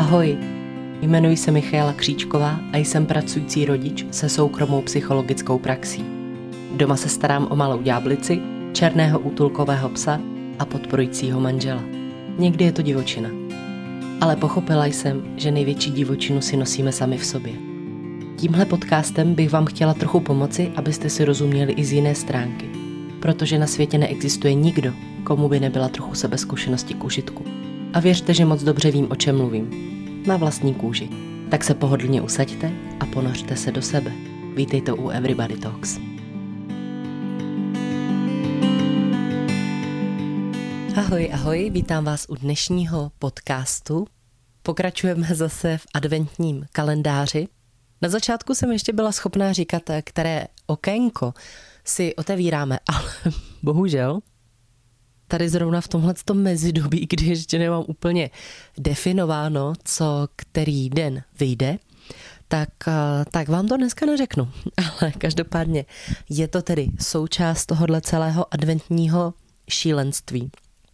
Ahoj, jmenuji se Michaela Kříčková a jsem pracující rodič se soukromou psychologickou praxí. Doma se starám o malou ďáblici, černého útulkového psa a podporujícího manžela. Někdy je to divočina. Ale pochopila jsem, že největší divočinu si nosíme sami v sobě. Tímhle podcastem bych vám chtěla trochu pomoci, abyste si rozuměli i z jiné stránky. Protože na světě neexistuje nikdo, komu by nebyla trochu sebezkušenosti k užitku. A věřte, že moc dobře vím, o čem mluvím. Na vlastní kůži. Tak se pohodlně usaďte a ponořte se do sebe. Vítejte u Everybody Talks. Ahoj, vítám vás u dnešního podcastu. Pokračujeme zase v adventním kalendáři. Na začátku jsem ještě byla schopná říkat, které okénko si otevíráme, ale bohužel tady zrovna v tomhletom mezidobí, kdy ještě nemám úplně definováno, co který den vyjde, tak vám to dneska neřeknu. Ale každopádně je to tedy součást tohohle celého adventního šílenství.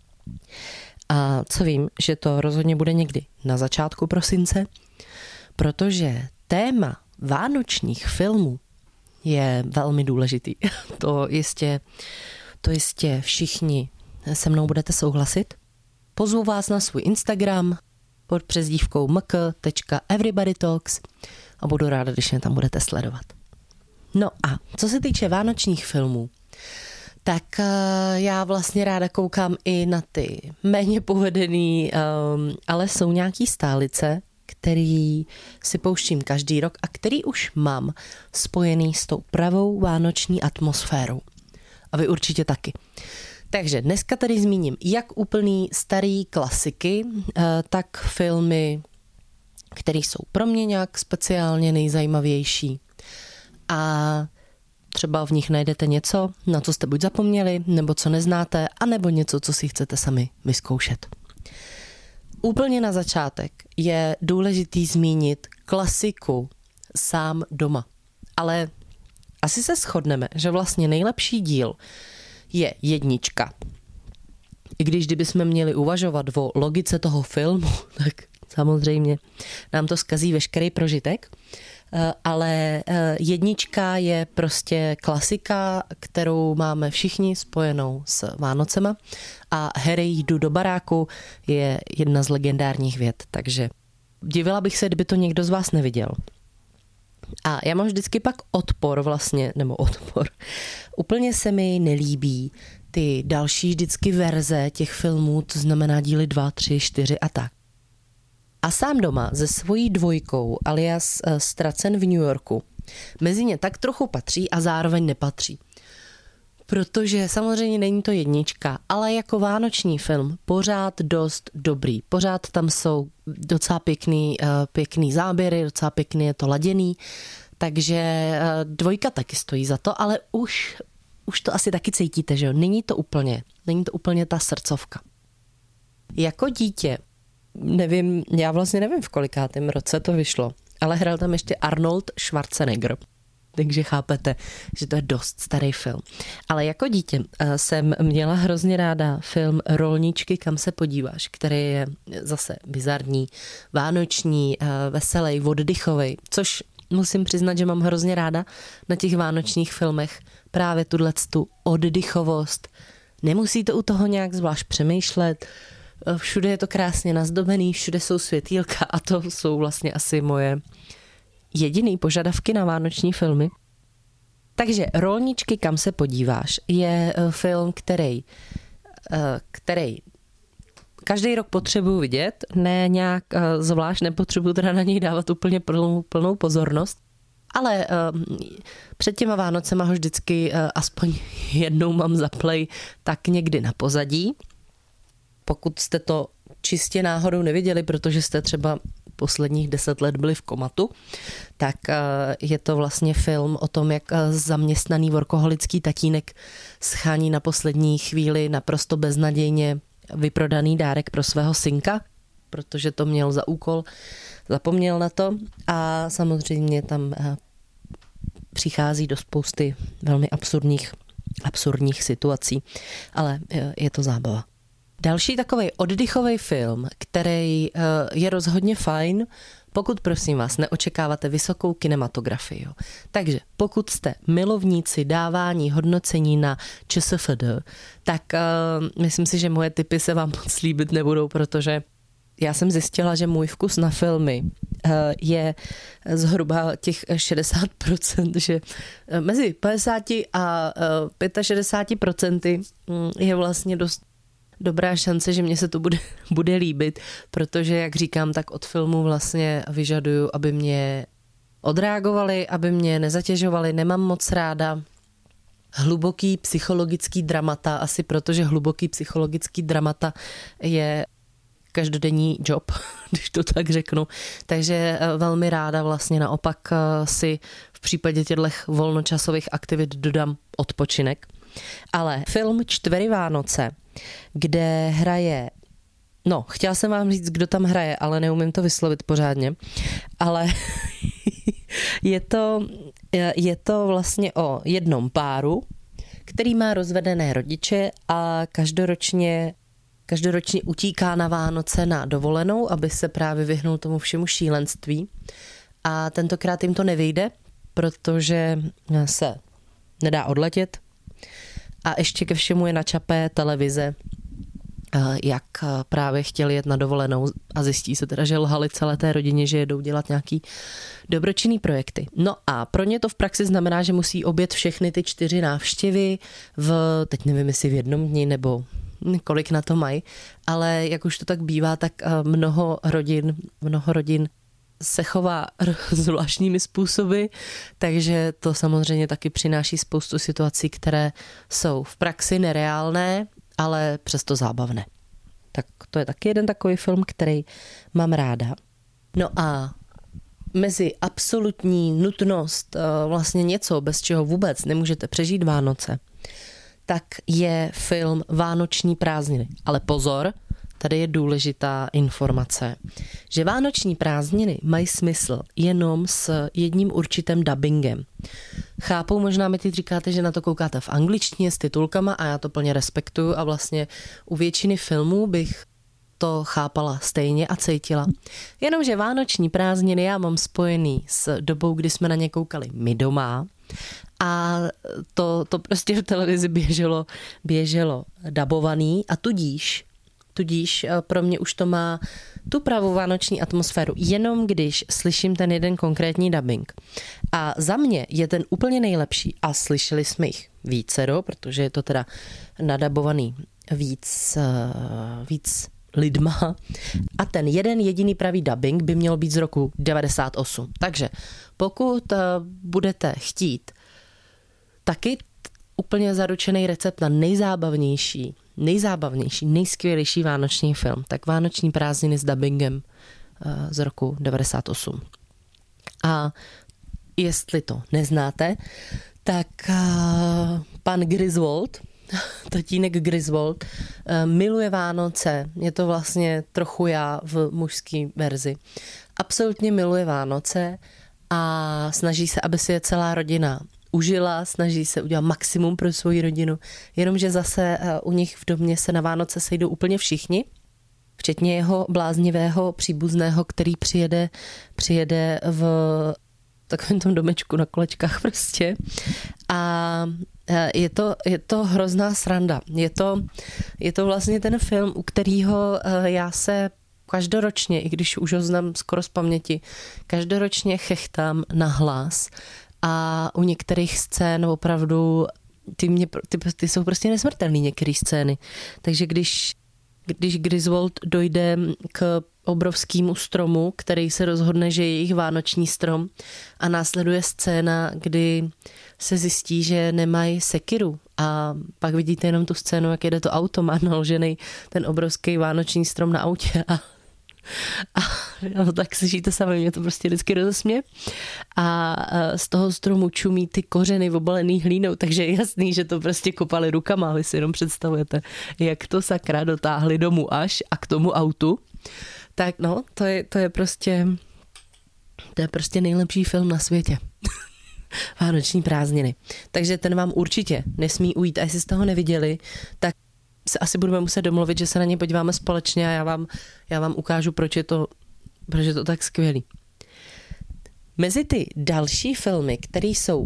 A co vím, že to rozhodně bude někdy na začátku prosince, protože téma vánočních filmů je velmi důležitý. To jistě všichni se mnou budete souhlasit. Pozvu vás na svůj Instagram pod přezdívkou mk.everybodytalks a budu ráda, když mě tam budete sledovat. No a co se týče vánočních filmů, tak já vlastně ráda koukám i na ty méně povedený, ale jsou nějaký stálice, který si pouštím každý rok a který už mám spojený s tou pravou vánoční atmosférou. A vy určitě taky. Takže dneska tady zmíním jak úplný starý klasiky, tak filmy, které jsou pro mě nějak speciálně nejzajímavější. A třeba v nich najdete něco, na co jste buď zapomněli, nebo co neznáte, anebo něco, co si chcete sami vyzkoušet. Úplně na začátek je důležitý zmínit klasiku Sám doma. Ale asi se shodneme, že vlastně nejlepší díl je 1. I když kdybychom měli uvažovat o logice toho filmu, tak samozřejmě nám to zkazí veškerý prožitek, ale 1 je prostě klasika, kterou máme všichni spojenou s Vánocema a Harry, jdu do baráku je jedna z legendárních vět, takže divila bych se, kdyby to někdo z vás neviděl. A já mám vždycky pak odpor. Úplně se mi nelíbí ty další vždycky verze těch filmů, to znamená díly 2, 3, 4 a tak. A Sám doma se svojí 2 alias Ztracen v New Yorku mezi ně tak trochu patří a zároveň nepatří. Protože samozřejmě není to 1, ale jako vánoční film pořád dost dobrý. Pořád tam jsou docela pěkný záběry, docela pěkný je to laděný, takže 2 taky stojí za to, ale už to asi taky cítíte, že jo? Není to úplně ta srdcovka. Jako dítě, já vlastně nevím, v kolikátém roce to vyšlo, ale hrál tam ještě Arnold Schwarzenegger. Takže chápete, že to je dost starý film. Ale jako dítě jsem měla hrozně ráda film Rolničky, kam se podíváš, který je zase bizarní, vánoční, veselý, oddychový, což musím přiznat, že mám hrozně ráda na těch vánočních filmech právě tu oddychovost. Nemusí to u toho nějak zvlášť přemýšlet, všude je to krásně nazdobený, všude jsou světýlka a to jsou vlastně asi moje jediný požadavky na vánoční filmy. Takže Rolničky, kam se podíváš, je film, který každý rok potřebuji vidět, ne nějak zvlášť, nepotřebuji teda na něj dávat úplně plnou pozornost, ale před těma Vánocema ho vždycky aspoň jednou mám zaplay tak někdy na pozadí. Pokud jste to čistě náhodou neviděli, protože jste třeba posledních 10 let byli v komatu, tak je to vlastně film o tom, jak zaměstnaný workoholický tatínek schání na poslední chvíli naprosto beznadějně vyprodaný dárek pro svého synka, protože to měl za úkol, zapomněl na to a samozřejmě tam přichází do spousty velmi absurdních situací, ale je to zábava. Další takový oddychový film, který je rozhodně fajn, pokud prosím vás neočekáváte vysokou kinematografii. Takže pokud jste milovníci dávání hodnocení na ČSFD, tak myslím si, že moje tipy se vám moc líbit nebudou, protože já jsem zjistila, že můj vkus na filmy je zhruba těch 60%, že mezi 50 a 65% je vlastně dost dobrá šance, že mě se to bude líbit, protože, jak říkám, tak od filmu vlastně vyžaduju, aby mě odreagovali, aby mě nezatěžovali, nemám moc ráda hluboký psychologický dramata, asi protože hluboký psychologický dramata je každodenní job, když to tak řeknu. Takže velmi ráda vlastně naopak si v případě těchto volnočasových aktivit dodám odpočinek. Ale film Čtvery Vánoce, kde hraje, chtěla jsem vám říct, kdo tam hraje, ale neumím to vyslovit pořádně, ale je to vlastně o jednom páru, který má rozvedené rodiče a každoročně utíká na Vánoce na dovolenou, aby se právě vyhnul tomu všemu šílenství. A tentokrát jim to nevyjde, protože se nedá odletět. A ještě ke všemu je načapé televize, jak právě chtěli jet na dovolenou a zjistí se teda, že lhali celé té rodině, že jedou dělat nějaký dobročinný projekty. No a pro ně to v praxi znamená, že musí objet všechny ty 4 návštěvy teď nevím, jestli v jednom dni nebo kolik na to mají, ale jak už to tak bývá, tak mnoho rodin se chová zvláštními způsoby, takže to samozřejmě taky přináší spoustu situací, které jsou v praxi nereálné, ale přesto zábavné. Tak to je taky jeden takový film, který mám ráda. No a mezi absolutní nutnost vlastně něco, bez čeho vůbec nemůžete přežít Vánoce, tak je film Vánoční prázdniny. Ale pozor, tady je důležitá informace, že vánoční prázdniny mají smysl jenom s jedním určitým dubbingem. Chápu, možná mi teď říkáte, že na to koukáte v angličtině s titulkama a já to plně respektuju a vlastně u většiny filmů bych to chápala stejně a cítila. Jenomže vánoční prázdniny já mám spojený s dobou, kdy jsme na ně koukali my doma a to prostě v televizi běželo dabovaný a tudíž pro mě už to má tu pravou vánoční atmosféru, jenom když slyším ten jeden konkrétní dubbing. A za mě je ten úplně nejlepší a slyšeli jsme jich vícero, protože je to teda nadabovaný víc lidma a ten jeden jediný pravý dubbing by měl být z roku 98. Takže pokud budete chtít taky úplně zaručený recept na nejzábavnější, nejskvělejší vánoční film, tak Vánoční prázdniny s dubbingem z roku 98. A jestli to neznáte, tak pan Griswold, tatínek Griswold, miluje Vánoce. Je to vlastně trochu já v mužské verzi. Absolutně miluje Vánoce a snaží se, aby si je celá rodina užila, snaží se udělat maximum pro svou rodinu, jenomže zase u nich v domě se na Vánoce sejdou úplně všichni, včetně jeho bláznivého příbuzného, který přijede v takovém tom domečku na kolečkách prostě. A je to hrozná sranda. Je to vlastně ten film, u kterého já se každoročně, i když už ho znám skoro z paměti, každoročně chechtám na hlas a u některých scén opravdu ty jsou prostě nesmrtelný některé scény. Takže když Griswold dojde k obrovskému stromu, který se rozhodne, že je jejich vánoční strom a následuje scéna, kdy se zjistí, že nemají sekiru a pak vidíte jenom tu scénu, jak jede to auto, má naložený ten obrovský vánoční strom na autě a tak slyšíte sami, mě to prostě vždycky rozesmě a z toho stromu čumí ty kořeny obalený hlínou, takže je jasný, že to prostě kopali rukama, vy si jenom představujete, jak to sakra dotáhli domů až a k tomu autu. Tak no, to je prostě nejlepší film na světě. Vánoční prázdniny. Takže ten vám určitě nesmí ujít a jestli jste ho neviděli, tak se asi budeme muset domluvit, že se na ně podíváme společně a já vám ukážu, proč je to tak skvělý. Mezi ty další filmy, které jsou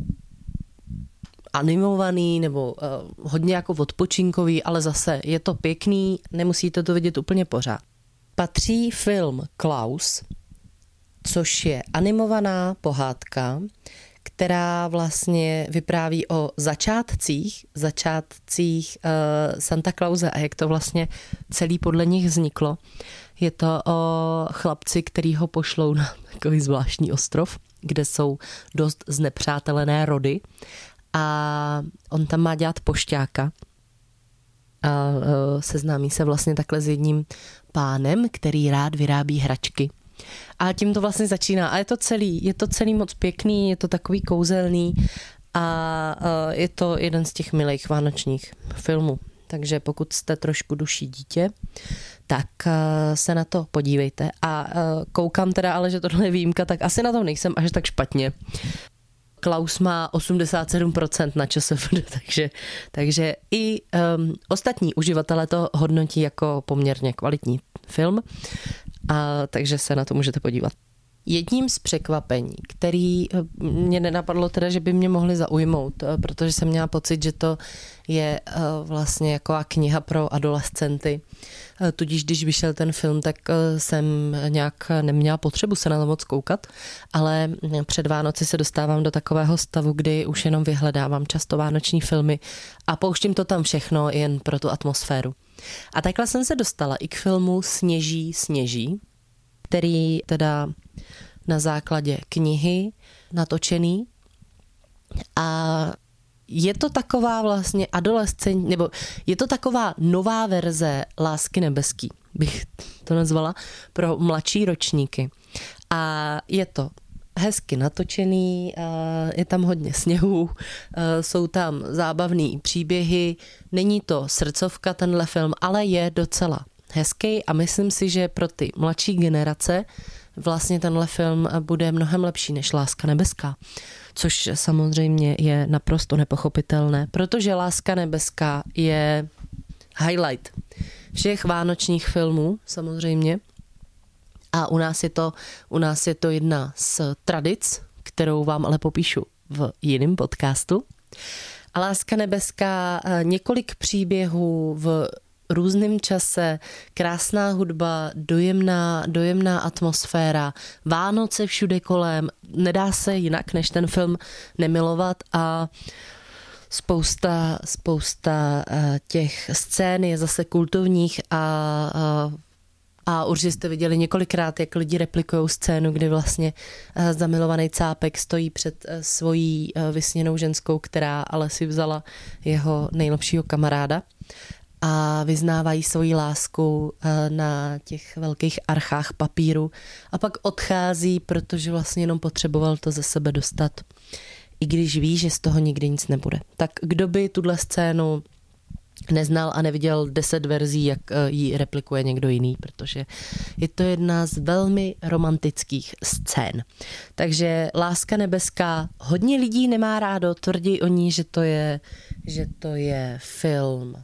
animovaný nebo hodně jako odpočinkový, ale zase je to pěkný, nemusíte to vidět úplně pořád. Patří film Klaus, což je animovaná pohádka, která vlastně vypráví o začátcích Santa Clause a jak to vlastně celý podle nich vzniklo. Je to o chlapci, který ho pošlou na takový zvláštní ostrov, kde jsou dost znepřátelené rody a on tam má dělat pošťáka a seznámí se vlastně takhle s jedním pánem, který rád vyrábí hračky. A tím to vlastně začíná. A je to celý moc pěkný, je to takový kouzelný a je to jeden z těch milých vánočních filmů. Takže pokud jste trošku duší dítě, tak se na to podívejte. A koukám teda, ale že tohle je výjimka, tak asi na to nejsem až tak špatně. Klaus má 87% na ČSFD, takže i ostatní uživatelé to hodnotí jako poměrně kvalitní film, takže se na to můžete podívat. Jedním z překvapení, který mě nenapadlo teda, že by mě mohli zaujmout, protože jsem měla pocit, že to je vlastně jaková kniha pro adolescenty. Tudíž, když vyšel ten film, tak jsem nějak neměla potřebu se na to moc koukat, ale před Vánoci se dostávám do takového stavu, kdy už jenom vyhledávám často vánoční filmy a pouštím to tam všechno jen pro tu atmosféru. A takhle jsem se dostala i k filmu Sněží, který teda na základě knihy natočený a je to taková vlastně adolescent, nebo je to taková nová verze Lásky nebeský, bych to nazvala, pro mladší ročníky. A je to hezky natočený, je tam hodně sněhu, jsou tam zábavný příběhy, není to srdcovka tenhle film, ale je docela hezký a myslím si, že pro ty mladší generace vlastně tenhle film bude mnohem lepší než Láska nebeská, což samozřejmě je naprosto nepochopitelné, protože Láska nebeská je highlight všech vánočních filmů samozřejmě a u nás je to jedna z tradic, kterou vám ale popíšu v jiném podcastu. A Láska nebeská, několik příběhů v různém čase, krásná hudba, dojemná atmosféra, Vánoce všude kolem, nedá se jinak, než ten film nemilovat a spousta těch scén je zase kultovních a určitě jste viděli několikrát, jak lidi replikují scénu, kdy vlastně zamilovaný cápek stojí před svojí vysněnou ženskou, která ale si vzala jeho nejlepšího kamaráda a vyznávají svoji lásku na těch velkých archách papíru a pak odchází, protože vlastně jenom potřeboval to ze sebe dostat, i když ví, že z toho nikdy nic nebude. Tak kdo by tuhle scénu neznal a neviděl 10 verzí, jak ji replikuje někdo jiný, protože je to jedna z velmi romantických scén. Takže Láska nebeská, hodně lidí nemá rádo, tvrdí o ní, že to je film,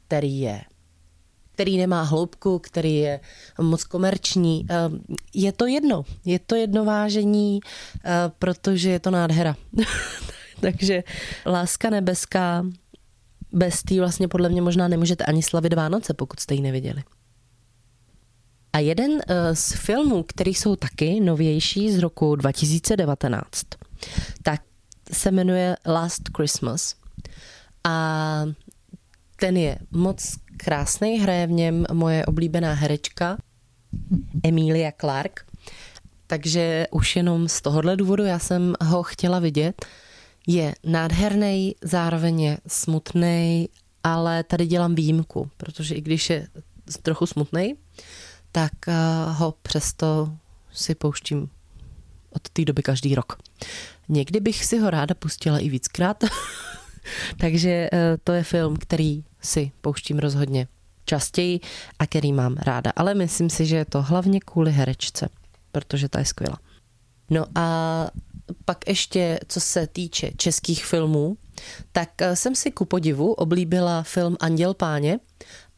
který nemá hloubku, který je moc komerční. Je to jedno vážení, protože je to nádhera. Takže Láska nebeská, bez té vlastně podle mě možná nemůžete ani slavit Vánoce, pokud jste ji neviděli. A jeden z filmů, který jsou taky novější z roku 2019, tak se jmenuje Last Christmas. A ten je moc krásný, hraje v něm moje oblíbená herečka Emilia Clarke. Takže už jenom z tohohle důvodu já jsem ho chtěla vidět. Je nádherný, zároveň je smutný, ale tady dělám výjimku, protože i když je trochu smutný, tak ho přesto si pouštím od té doby každý rok. Někdy bych si ho ráda pustila i víckrát, takže to je film, který si pouštím rozhodně častěji a který mám ráda. Ale myslím si, že je to hlavně kvůli herečce, protože ta je skvělá. No a pak ještě, co se týče českých filmů, tak jsem si ku podivu oblíbila film Anděl páně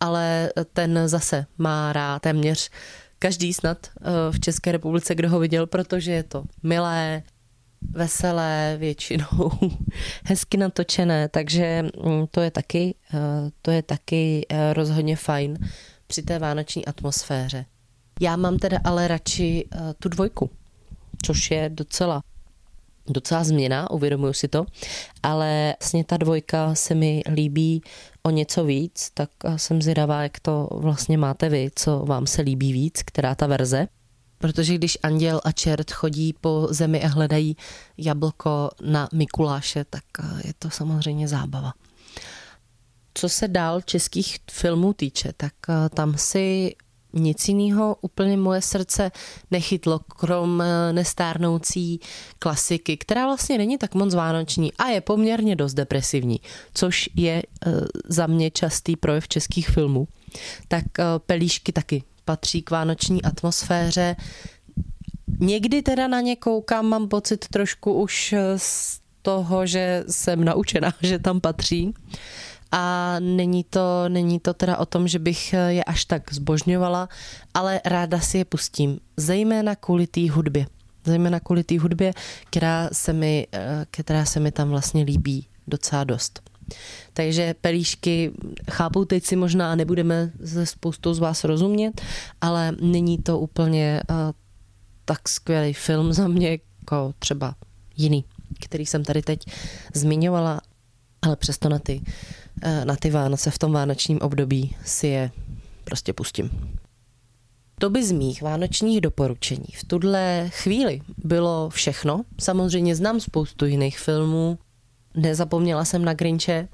ale ten zase má rád téměř každý snad v České republice, kdo ho viděl, protože je to milé, veselé, většinou hezky natočené, takže to je taky rozhodně fajn při té vánoční atmosféře. Já mám teda ale radši tu 2, což je docela změna, uvědomuji si to, ale vlastně ta 2 se mi líbí o něco víc, tak jsem zvědavá, jak to vlastně máte vy, co vám se líbí víc, která ta verze. Protože když anděl a čert chodí po zemi a hledají jablko na Mikuláše, tak je to samozřejmě zábava. Co se dál českých filmů týče, tak tam si nic jiného úplně moje srdce nechytlo, krom nestárnoucí klasiky, která vlastně není tak moc vánoční a je poměrně dost depresivní, což je za mě častý projev českých filmů. Tak Pelíšky taky patří k vánoční atmosféře. Někdy teda na ně koukám, mám pocit trošku už z toho, že jsem naučená, že tam patří. A není to teda o tom, že bych je až tak zbožňovala, ale ráda si je pustím. Zejména kvůli té hudbě, která se mi tam vlastně líbí docela dost. Takže Pelíšky, chápu, teď si možná nebudeme se spoustou z vás rozumět, ale není to úplně tak skvělý film za mě, jako třeba jiný, který jsem tady teď zmiňovala, ale přesto na ty Vánoce v tom vánočním období si je prostě pustím. To by z mých vánočních doporučení v tuhle chvíli bylo všechno. Samozřejmě znám spoustu jiných filmů. Nezapomněla jsem na Grinche,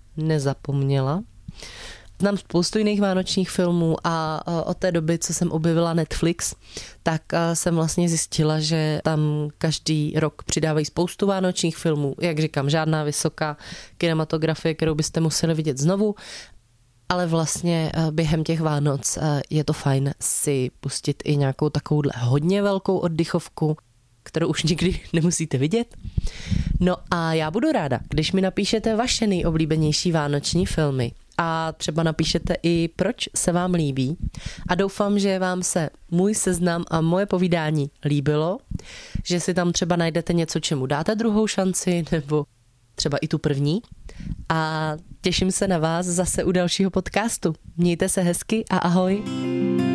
Znám spoustu jiných vánočních filmů a od té doby, co jsem objevila Netflix, tak jsem vlastně zjistila, že tam každý rok přidávají spoustu vánočních filmů. Jak říkám, žádná vysoká kinematografie, kterou byste museli vidět znovu, ale vlastně během těch Vánoc je to fajn si pustit i nějakou takovouhle hodně velkou oddychovku, kterou už nikdy nemusíte vidět. No a já budu ráda, když mi napíšete vaše nejoblíbenější vánoční filmy a třeba napíšete i, proč se vám líbí. A doufám, že vám se můj seznam a moje povídání líbilo, že si tam třeba najdete něco, čemu dáte druhou šanci, nebo třeba i tu první. A těším se na vás zase u dalšího podcastu. Mějte se hezky a ahoj.